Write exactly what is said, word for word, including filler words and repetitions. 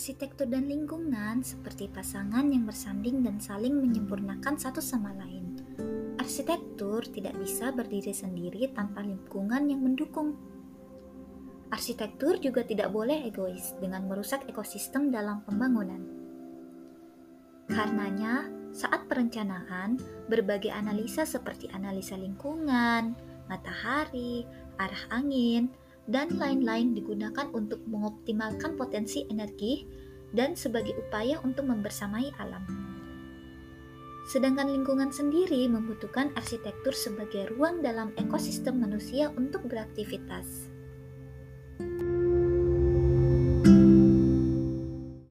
Arsitektur dan lingkungan seperti pasangan yang bersanding dan saling menyempurnakan satu sama lain. Arsitektur tidak bisa berdiri sendiri tanpa lingkungan yang mendukung. Arsitektur juga tidak boleh egois dengan merusak ekosistem dalam pembangunan. Karenanya, saat perencanaan, berbagai analisa seperti analisa lingkungan, matahari, arah angin, dan lain-lain digunakan untuk mengoptimalkan potensi energi dan sebagai upaya untuk membersamai alam. Sedangkan lingkungan sendiri membutuhkan arsitektur sebagai ruang dalam ekosistem manusia untuk beraktivitas.